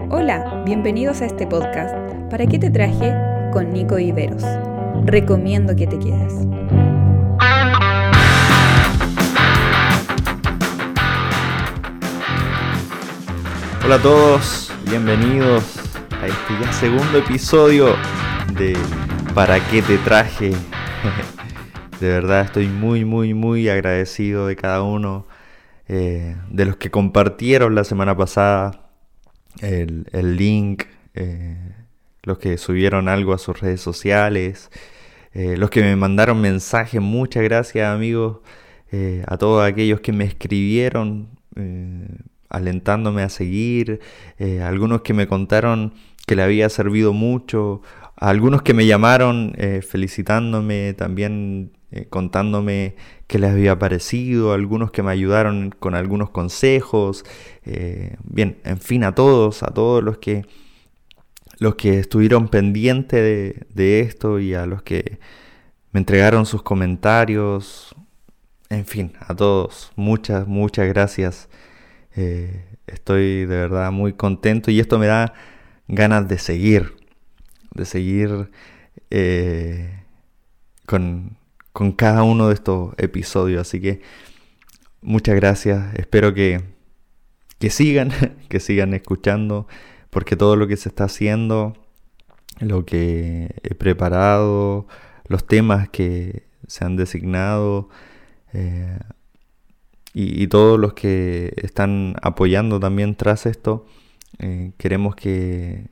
Hola, bienvenidos a este podcast. ¿Para qué te traje? Con Nico Viveros. Recomiendo que te quedes. Hola a todos, bienvenidos a este ya segundo episodio de ¿Para qué te traje? De verdad estoy muy agradecido de cada uno de los que compartieron la semana pasada el link, los que subieron algo a sus redes sociales, los que me mandaron mensajes. Muchas gracias, amigos, a todos aquellos que me escribieron alentándome a seguir, algunos que me contaron que le había servido mucho, algunos que me llamaron felicitándome, también contándome qué les había parecido, algunos que me ayudaron con algunos consejos, bien, en fin, a todos los que estuvieron pendientes de esto, y a los que me entregaron sus comentarios, en fin, a todos, muchas gracias. Estoy de verdad muy contento y esto me da ganas de seguir con cada uno de estos episodios, así que muchas gracias. Espero que sigan escuchando, porque todo lo que se está haciendo, lo que he preparado, los temas que se han designado, y todos los que están apoyando también tras esto, queremos que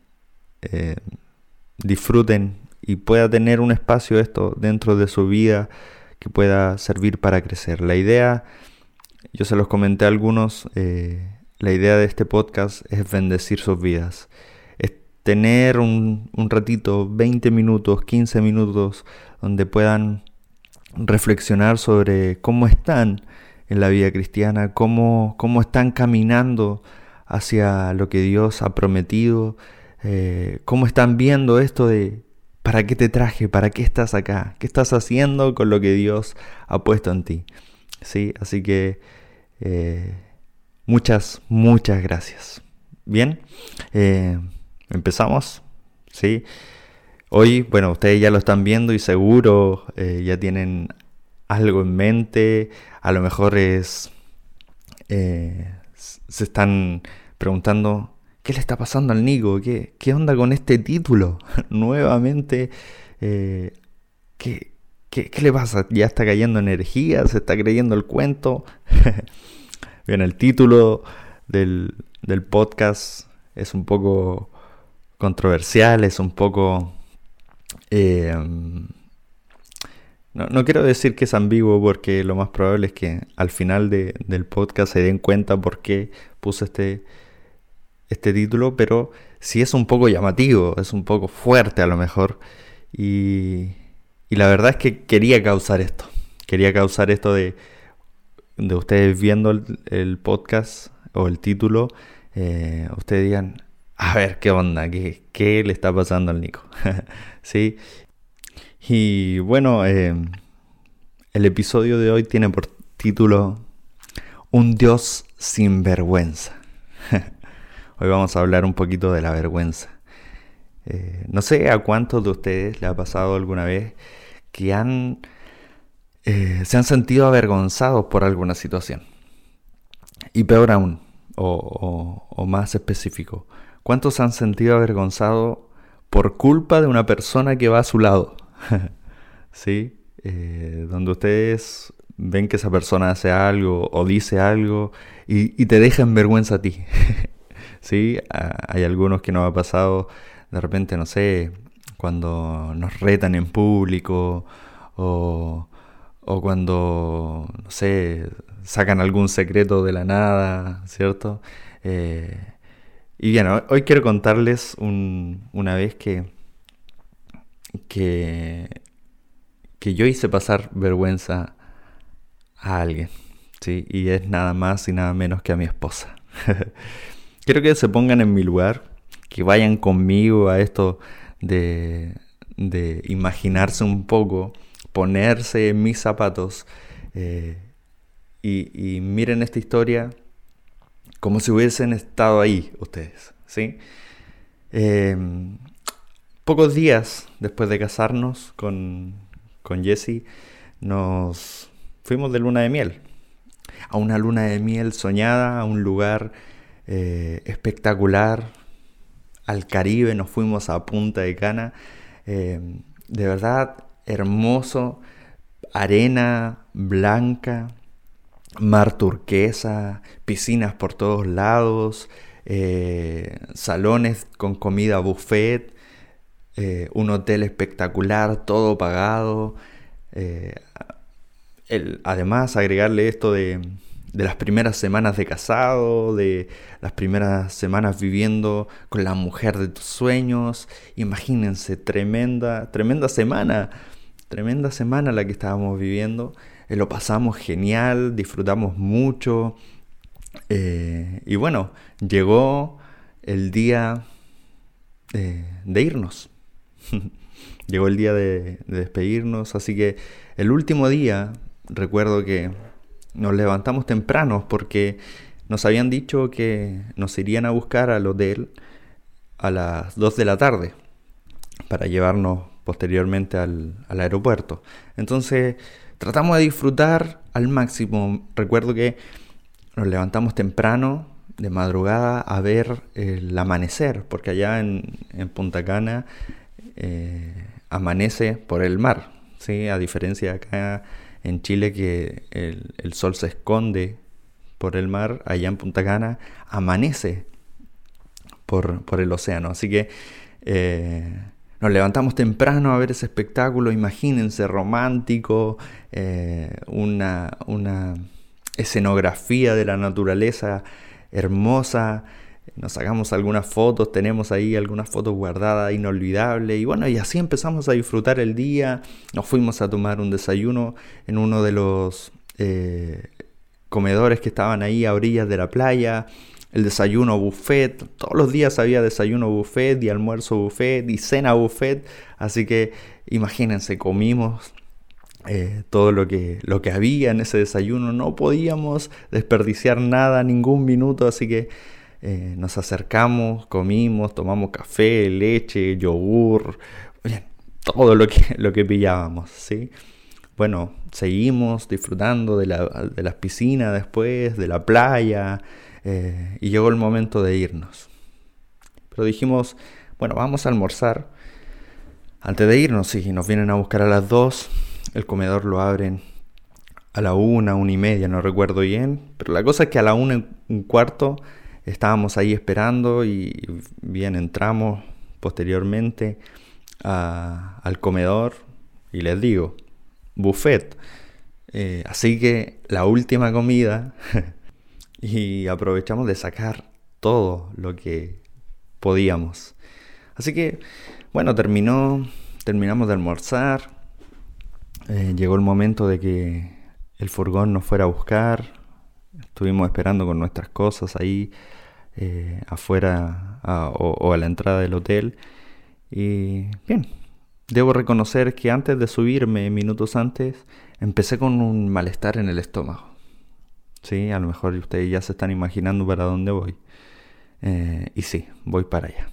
disfruten y pueda tener un espacio esto dentro de su vida que pueda servir para crecer. La idea, yo se los comenté a algunos, la idea de este podcast es bendecir sus vidas. Es tener un ratito, 20 minutos, 15 minutos, donde puedan reflexionar sobre cómo están en la vida cristiana, cómo están caminando hacia lo que Dios ha prometido, cómo están viendo esto de ¿para qué te traje? ¿Para qué estás acá? ¿Qué estás haciendo con lo que Dios ha puesto en ti? ¿Sí? Así que muchas gracias. Bien, empezamos. ¿Sí? Hoy, bueno, ustedes ya lo están viendo y seguro ya tienen algo en mente. A lo mejor se están preguntando ¿qué le está pasando al Nico? ¿Qué onda con este título? Nuevamente, ¿qué le pasa? ¿Ya está cayendo energía? ¿Se está creyendo el cuento? Bien, el título del podcast es un poco controversial, es un poco... No quiero decir que es ambiguo, porque lo más probable es que al final del podcast se den cuenta por qué puse este título, pero sí es un poco llamativo, es un poco fuerte a lo mejor, y la verdad es que quería causar esto de ustedes viendo el podcast o el título, ustedes digan, a ver, ¿qué onda? ¿Qué le está pasando al Nico? ¿Sí? Y bueno, el episodio de hoy tiene por título Un Dios sin vergüenza. Hoy vamos a hablar un poquito de la vergüenza. No sé a cuántos de ustedes le ha pasado alguna vez que se han sentido avergonzados por alguna situación. Y peor aún, o más específico, ¿cuántos se han sentido avergonzados por culpa de una persona que va a su lado? ¿Sí? Donde ustedes ven que esa persona hace algo o dice algo y te deja en vergüenza a ti. ¿Sí? Hay algunos que nos ha pasado de repente, no sé, cuando nos retan en público o cuando, no sé, sacan algún secreto de la nada, ¿cierto? Y bien, hoy quiero contarles una vez que yo hice pasar vergüenza a alguien, ¿sí? Y es nada más y nada menos que a mi esposa. Quiero que se pongan en mi lugar, que vayan conmigo a esto de imaginarse un poco, ponerse en mis zapatos, y miren esta historia como si hubiesen estado ahí ustedes, ¿sí? Eh, Pocos días después de casarnos con Jessie, nos fuimos de luna de miel. A una luna de miel soñada, a un lugar espectacular, al Caribe. Nos fuimos a Punta de Cana. De verdad, hermoso. Arena blanca, mar turquesa, piscinas por todos lados, salones con comida buffet, un hotel espectacular, todo pagado. Eh, Además, agregarle esto de las primeras semanas de casado, de las primeras semanas viviendo con la mujer de tus sueños. Imagínense, tremenda semana la que estábamos viviendo. Lo pasamos genial, disfrutamos mucho. Y bueno, llegó el día de irnos. Llegó el día de despedirnos, así que el último día recuerdo que nos levantamos temprano porque nos habían dicho que nos irían a buscar al hotel a las 2 de la tarde para llevarnos posteriormente al aeropuerto. Entonces tratamos de disfrutar al máximo. Recuerdo que nos levantamos temprano, de madrugada, a ver el amanecer, porque allá en Punta Cana amanece por el mar, ¿sí? A diferencia de acá en Chile, que el sol se esconde por el mar, allá en Punta Cana amanece por el océano. Así que nos levantamos temprano a ver ese espectáculo. Imagínense, romántico, una escenografía de la naturaleza hermosa. Nos sacamos algunas fotos, tenemos ahí algunas fotos guardadas, inolvidables. Y bueno, y así empezamos a disfrutar el día. Nos fuimos a tomar un desayuno en uno de los comedores que estaban ahí a orillas de la playa. El desayuno buffet, todos los días había desayuno buffet y almuerzo buffet y cena buffet. Así que imagínense, comimos todo lo que había en ese desayuno. No podíamos desperdiciar nada, ningún minuto, así que nos acercamos, comimos, tomamos café, leche, yogur, oye, todo lo que pillábamos, ¿sí? Bueno, seguimos disfrutando de las piscinas después, de la playa, y llegó el momento de irnos. Pero dijimos, bueno, vamos a almorzar antes de irnos. Sí, nos vienen a buscar a las 2, el comedor lo abren a la 1:30, no recuerdo bien, pero la cosa es que a la 1:15 estábamos ahí esperando y bien, entramos posteriormente al comedor y les digo, buffet. Así que la última comida y aprovechamos de sacar todo lo que podíamos. Así que, bueno, terminamos de almorzar. Llegó el momento de que el furgón nos fuera a buscar. Estuvimos esperando con nuestras cosas ahí afuera o a la entrada del hotel. Y bien, debo reconocer que antes de subirme, minutos antes, empecé con un malestar en el estómago. Sí, a lo mejor ustedes ya se están imaginando para dónde voy. Y sí, voy para allá.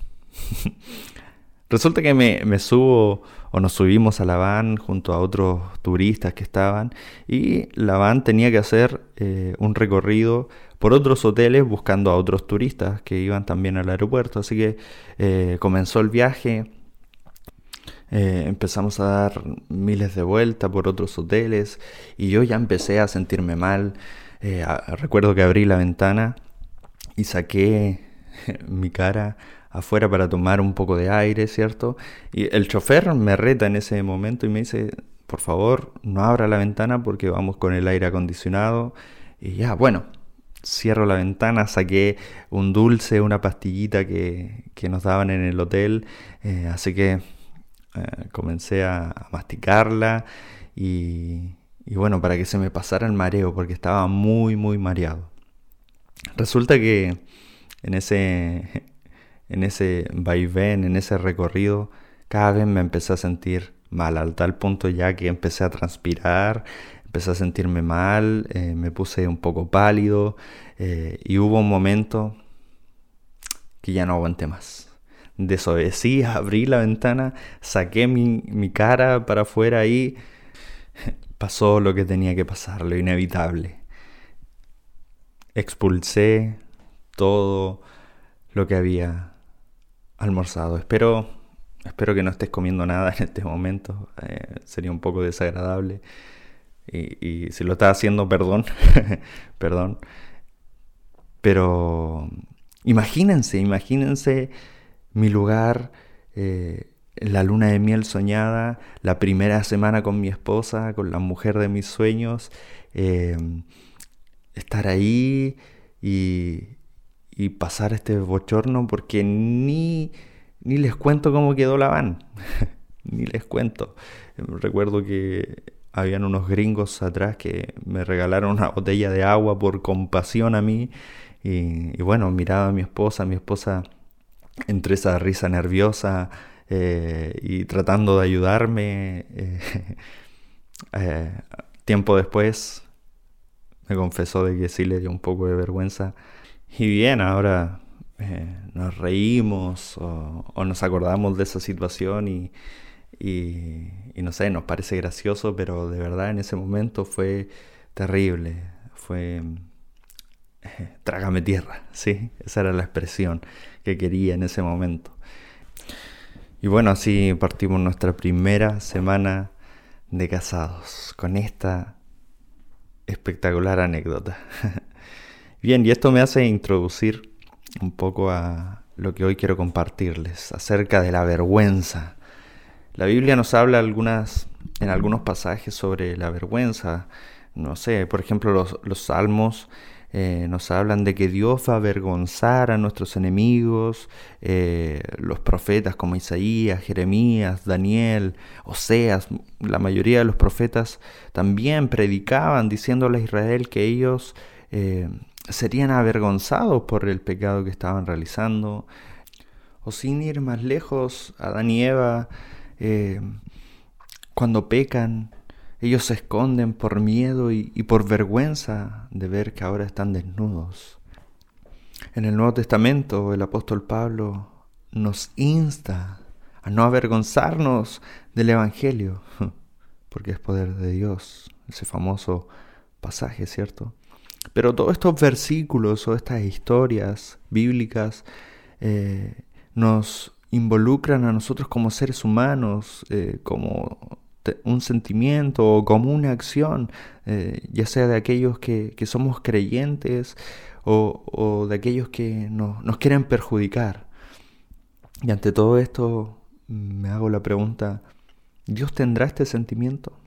Resulta que me subo o nos subimos a la van junto a otros turistas que estaban, y la van tenía que hacer un recorrido por otros hoteles buscando a otros turistas que iban también al aeropuerto. Así que comenzó el viaje, empezamos a dar miles de vueltas por otros hoteles y yo ya empecé a sentirme mal. Recuerdo que abrí la ventana y saqué mi cara afuera para tomar un poco de aire, ¿cierto? Y el chofer me reta en ese momento y me dice, por favor, no abra la ventana porque vamos con el aire acondicionado. Y ya, bueno, cierro la ventana, saqué un dulce, una pastillita que nos daban en el hotel, así que comencé a masticarla y bueno, para que se me pasara el mareo porque estaba muy, muy mareado. Resulta que en ese vaivén, en ese recorrido, cada vez me empecé a sentir mal, al tal punto ya que empecé a transpirar, empecé a sentirme mal, me puse un poco pálido, y hubo un momento que ya no aguanté más. desobedecí, abrí la ventana, saqué mi cara para afuera y pasó lo que tenía que pasar, lo inevitable. Expulsé todo lo que había almorzado. Espero que no estés comiendo nada en este momento. Sería un poco desagradable. Y si lo estás haciendo, perdón. Perdón. Pero imagínense mi lugar, la luna de miel soñada, la primera semana con mi esposa, con la mujer de mis sueños, estar ahí y pasar este bochorno, porque ni les cuento cómo quedó la van. Ni les cuento. Recuerdo que habían unos gringos atrás que me regalaron una botella de agua por compasión a mí. Y bueno, miraba a mi esposa entre esa risa nerviosa y tratando de ayudarme. Tiempo después me confesó de que sí le dio un poco de vergüenza. Y bien, ahora nos reímos o nos acordamos de esa situación y no sé, nos parece gracioso, pero de verdad en ese momento fue terrible. Fue trágame tierra, ¿sí? Esa era la expresión que quería en ese momento. Y bueno, así partimos nuestra primera semana de casados, con esta espectacular anécdota. Bien, y esto me hace introducir un poco a lo que hoy quiero compartirles, acerca de la vergüenza. La Biblia nos habla en algunos pasajes sobre la vergüenza. No sé, por ejemplo, los Salmos nos hablan de que Dios va a avergonzar a nuestros enemigos. Los profetas como Isaías, Jeremías, Daniel, Oseas, la mayoría de los profetas también predicaban diciéndole a Israel que ellos serían avergonzados por el pecado que estaban realizando. O sin ir más lejos, Adán y Eva, cuando pecan, ellos se esconden por miedo y por vergüenza de ver que ahora están desnudos. En el Nuevo Testamento, el apóstol Pablo nos insta a no avergonzarnos del Evangelio, porque es poder de Dios, ese famoso pasaje, ¿cierto? Pero todos estos versículos o estas historias bíblicas nos involucran a nosotros como seres humanos, como un sentimiento o como una acción, ya sea de aquellos que somos creyentes o de aquellos que nos quieren perjudicar. Y ante todo esto me hago la pregunta, ¿Dios tendrá este sentimiento?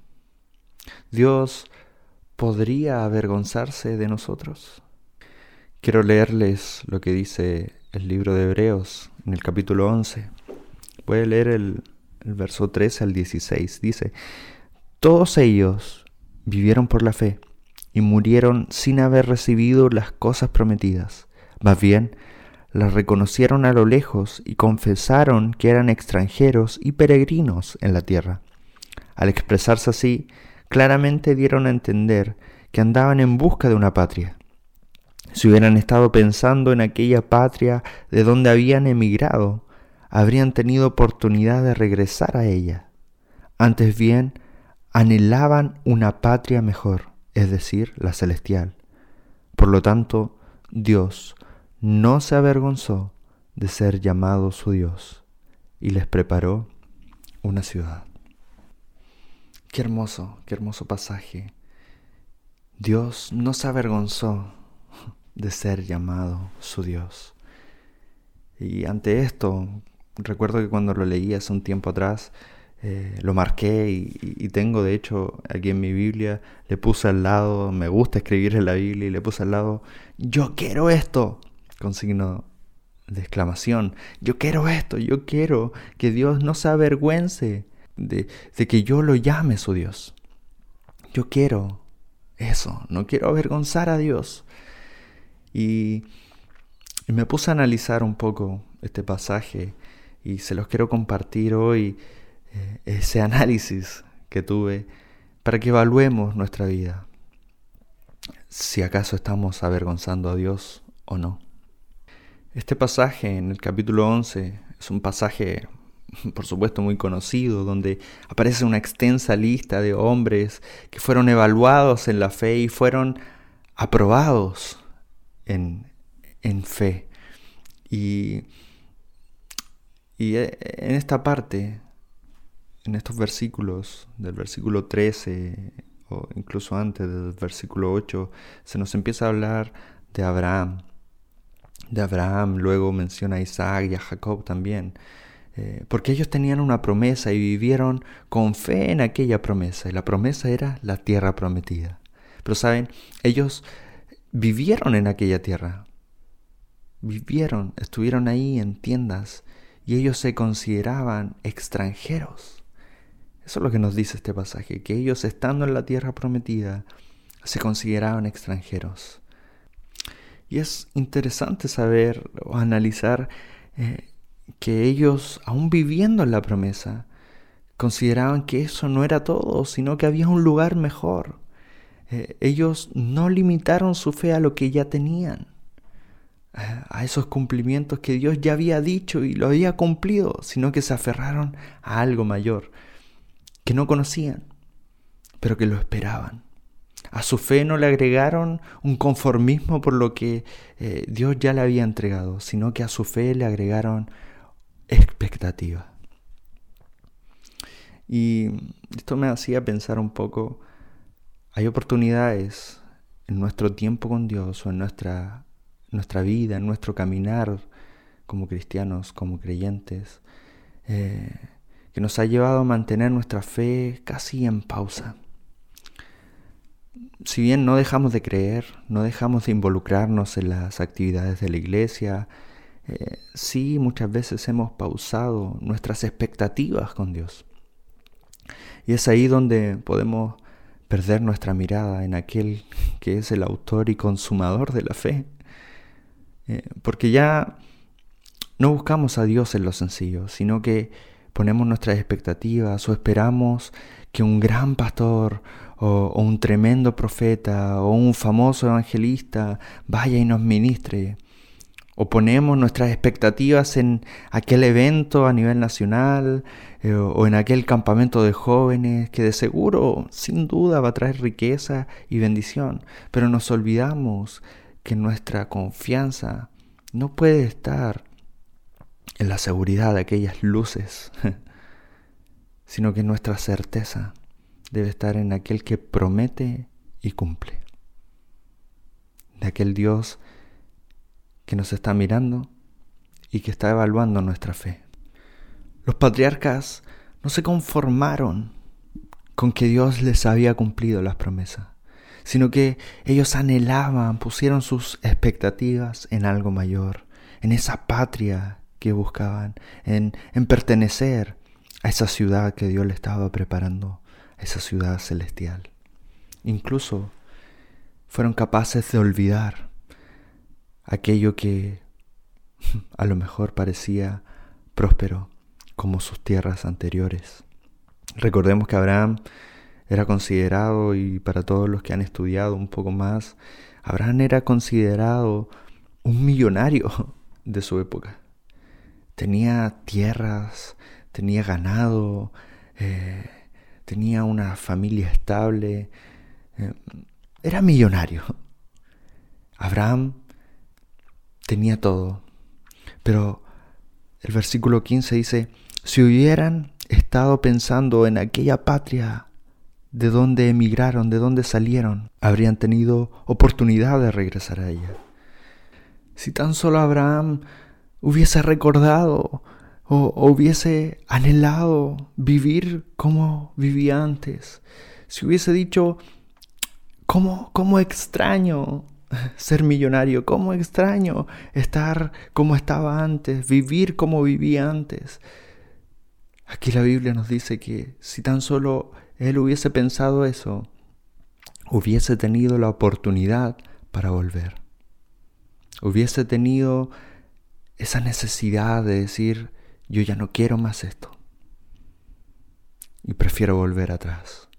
¿Dios podría avergonzarse de nosotros? Quiero leerles lo que dice el libro de Hebreos en el capítulo 11. Voy a leer el verso 13 al 16. Dice: todos ellos vivieron por la fe y murieron sin haber recibido las cosas prometidas. Más bien, las reconocieron a lo lejos y confesaron que eran extranjeros y peregrinos en la tierra. Al expresarse así, claramente dieron a entender que andaban en busca de una patria. Si hubieran estado pensando en aquella patria de donde habían emigrado, habrían tenido oportunidad de regresar a ella. Antes bien, anhelaban una patria mejor, es decir, la celestial. Por lo tanto, Dios no se avergonzó de ser llamado su Dios y les preparó una ciudad. Qué hermoso pasaje. Dios no se avergonzó de ser llamado su Dios. Y ante esto, recuerdo que cuando lo leí hace un tiempo atrás, lo marqué y tengo, de hecho, aquí en mi Biblia, le puse al lado, me gusta escribir en la Biblia, y le puse al lado, yo quiero esto, con signo de exclamación. Yo quiero esto, yo quiero que Dios no se avergüence de que yo lo llame su Dios. Yo quiero eso, no quiero avergonzar a Dios. Y me puse a analizar un poco este pasaje y se los quiero compartir hoy, ese análisis que tuve para que evaluemos nuestra vida, si acaso estamos avergonzando a Dios o no. Este pasaje en el capítulo 11 Es un pasaje, por supuesto, muy conocido, donde aparece una extensa lista de hombres que fueron evaluados en la fe y fueron aprobados en fe. Y en esta parte, en estos versículos, del versículo 13 o incluso antes del versículo 8, se nos empieza a hablar de Abraham. Luego menciona a Isaac y a Jacob también, porque ellos tenían una promesa y vivieron con fe en aquella promesa, y la promesa era la tierra prometida. Pero saben, ellos vivieron en aquella tierra, estuvieron ahí en tiendas, y ellos se consideraban extranjeros. Eso es lo que nos dice este pasaje, que ellos estando en la tierra prometida se consideraban extranjeros. Y es interesante saber o analizar que ellos, aún viviendo en la promesa, consideraban que eso no era todo, sino que había un lugar mejor. Ellos no limitaron su fe a lo que ya tenían, a esos cumplimientos que Dios ya había dicho y lo había cumplido, sino que se aferraron a algo mayor, que no conocían, pero que lo esperaban. A su fe no le agregaron un conformismo por lo que Dios ya le había entregado, sino que a su fe le agregaron expectativa. Y esto me hacía pensar un poco, hay oportunidades en nuestro tiempo con Dios o en nuestra vida, en nuestro caminar como cristianos, como creyentes, que nos ha llevado a mantener nuestra fe casi en pausa. Si bien no dejamos de creer, no dejamos de involucrarnos en las actividades de la iglesia, sí muchas veces hemos pausado nuestras expectativas con Dios. Y es ahí donde podemos perder nuestra mirada en aquel que es el autor y consumador de la fe. Porque ya no buscamos a Dios en lo sencillo, sino que ponemos nuestras expectativas o esperamos que un gran pastor o un tremendo profeta o un famoso evangelista vaya y nos ministre. O ponemos nuestras expectativas en aquel evento a nivel nacional o en aquel campamento de jóvenes que de seguro, sin duda, va a traer riqueza y bendición. Pero nos olvidamos que nuestra confianza no puede estar en la seguridad de aquellas luces, sino que nuestra certeza debe estar en aquel que promete y cumple. De aquel Dios que nos está mirando y que está evaluando nuestra fe. Los patriarcas no se conformaron con que Dios les había cumplido las promesas, sino que ellos anhelaban, pusieron sus expectativas en algo mayor, en esa patria que buscaban, en pertenecer a esa ciudad que Dios le estaba preparando, a esa ciudad celestial. Incluso fueron capaces de olvidar aquello que a lo mejor parecía próspero, como sus tierras anteriores. Recordemos que Abraham era considerado, y para todos los que han estudiado un poco más, Abraham era considerado un millonario de su época. Tenía tierras, tenía ganado, tenía una familia estable, era millonario. Abraham tenía todo, pero el versículo 15 dice: si hubieran estado pensando en aquella patria de donde emigraron, de donde salieron, habrían tenido oportunidad de regresar a ella. Si tan solo Abraham hubiese recordado o hubiese anhelado vivir como vivía antes, si hubiese dicho: ¿cómo extraño ser millonario? ¿Cómo extraño estar como estaba antes, vivir como vivía antes? Aquí la Biblia nos dice que si tan solo él hubiese pensado eso, hubiese tenido la oportunidad para volver. Hubiese tenido esa necesidad de decir: yo ya no quiero más esto y prefiero volver atrás.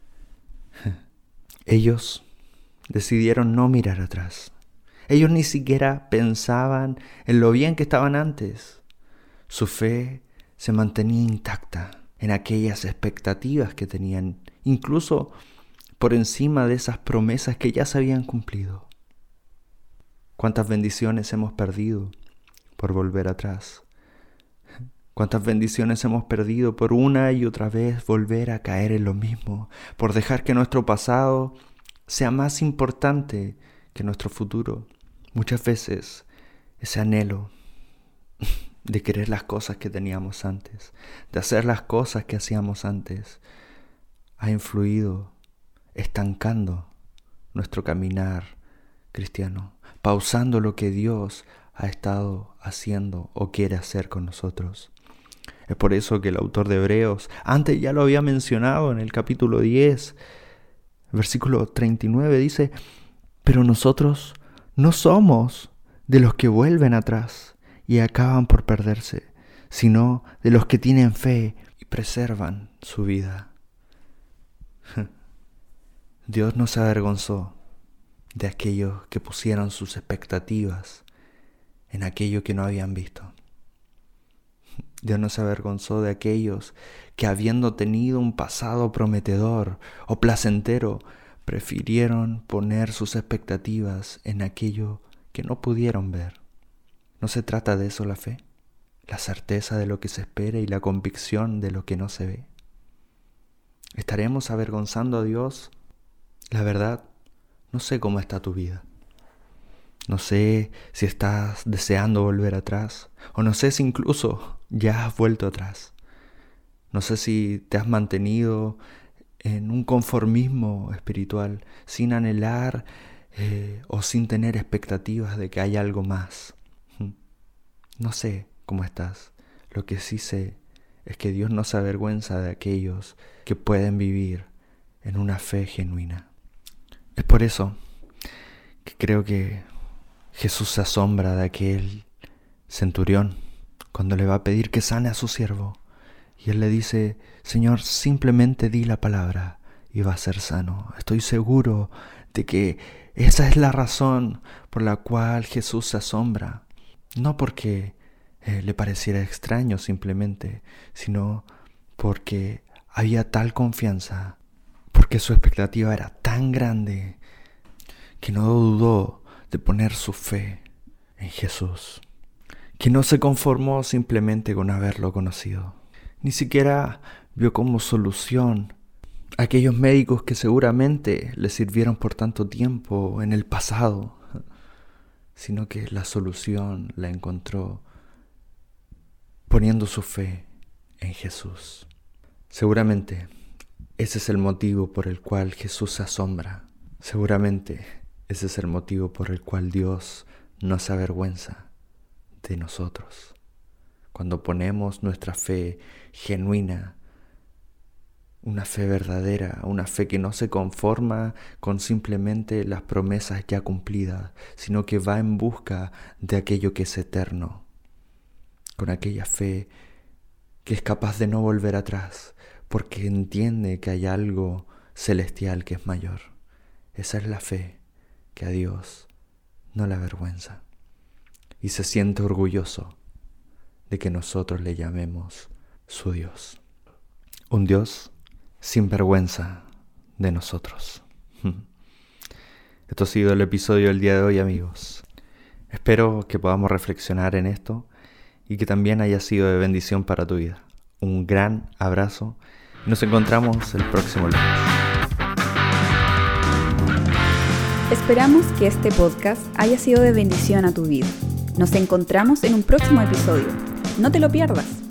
Ellos decidieron no mirar atrás. Ellos ni siquiera pensaban en lo bien que estaban antes. Su fe se mantenía intacta en aquellas expectativas que tenían, incluso por encima de esas promesas que ya se habían cumplido. ¿Cuántas bendiciones hemos perdido por volver atrás? ¿Cuántas bendiciones hemos perdido por una y otra vez volver a caer en lo mismo? Por dejar que nuestro pasado sea más importante que nuestro futuro. Muchas veces ese anhelo de querer las cosas que teníamos antes, de hacer las cosas que hacíamos antes, ha influido estancando nuestro caminar cristiano, pausando lo que Dios ha estado haciendo o quiere hacer con nosotros. Es por eso que el autor de Hebreos, antes ya lo había mencionado en el capítulo 10, versículo 39, dice: pero nosotros no somos de los que vuelven atrás y acaban por perderse, sino de los que tienen fe y preservan su vida. Dios no se avergonzó de aquellos que pusieron sus expectativas en aquello que no habían visto. Dios no se avergonzó de aquellos que, habiendo tenido un pasado prometedor o placentero, prefirieron poner sus expectativas en aquello que no pudieron ver. ¿No se trata de eso la fe? La certeza de lo que se espera y la convicción de lo que no se ve. ¿Estaremos avergonzando a Dios? La verdad, no sé cómo está tu vida. No sé si estás deseando volver atrás, o no sé si incluso ya has vuelto atrás. No sé si te has mantenido en un conformismo espiritual, sin anhelar o sin tener expectativas de que hay algo más. No sé cómo estás. Lo que sí sé es que Dios no se avergüenza de aquellos que pueden vivir en una fe genuina. Es por eso que creo que Jesús se asombra de aquel centurión cuando le va a pedir que sane a su siervo. Y él le dice: Señor, simplemente di la palabra y va a ser sano. Estoy seguro de que esa es la razón por la cual Jesús se asombra. No porque le pareciera extraño simplemente, sino porque había tal confianza, porque su expectativa era tan grande que no dudó de poner su fe en Jesús, que no se conformó simplemente con haberlo conocido. Ni siquiera vio como solución a aquellos médicos que seguramente le sirvieron por tanto tiempo en el pasado, sino que la solución la encontró poniendo su fe en Jesús. Seguramente ese es el motivo por el cual Jesús se asombra. Seguramente ese es el motivo por el cual Dios no se avergüenza de nosotros. Cuando ponemos nuestra fe genuina, una fe verdadera, una fe que no se conforma con simplemente las promesas ya cumplidas, sino que va en busca de aquello que es eterno, con aquella fe que es capaz de no volver atrás, porque entiende que hay algo celestial que es mayor. Esa es la fe que a Dios no le avergüenza y se siente orgulloso de que nosotros le llamemos su Dios. Un Dios sin vergüenza de nosotros. Esto ha sido el episodio del día de hoy, amigos. Espero que podamos reflexionar en esto y que también haya sido de bendición para tu vida. Un gran abrazo y nos encontramos el próximo lunes. Esperamos que este podcast haya sido de bendición a tu vida. Nos encontramos en un próximo episodio. No te lo pierdas.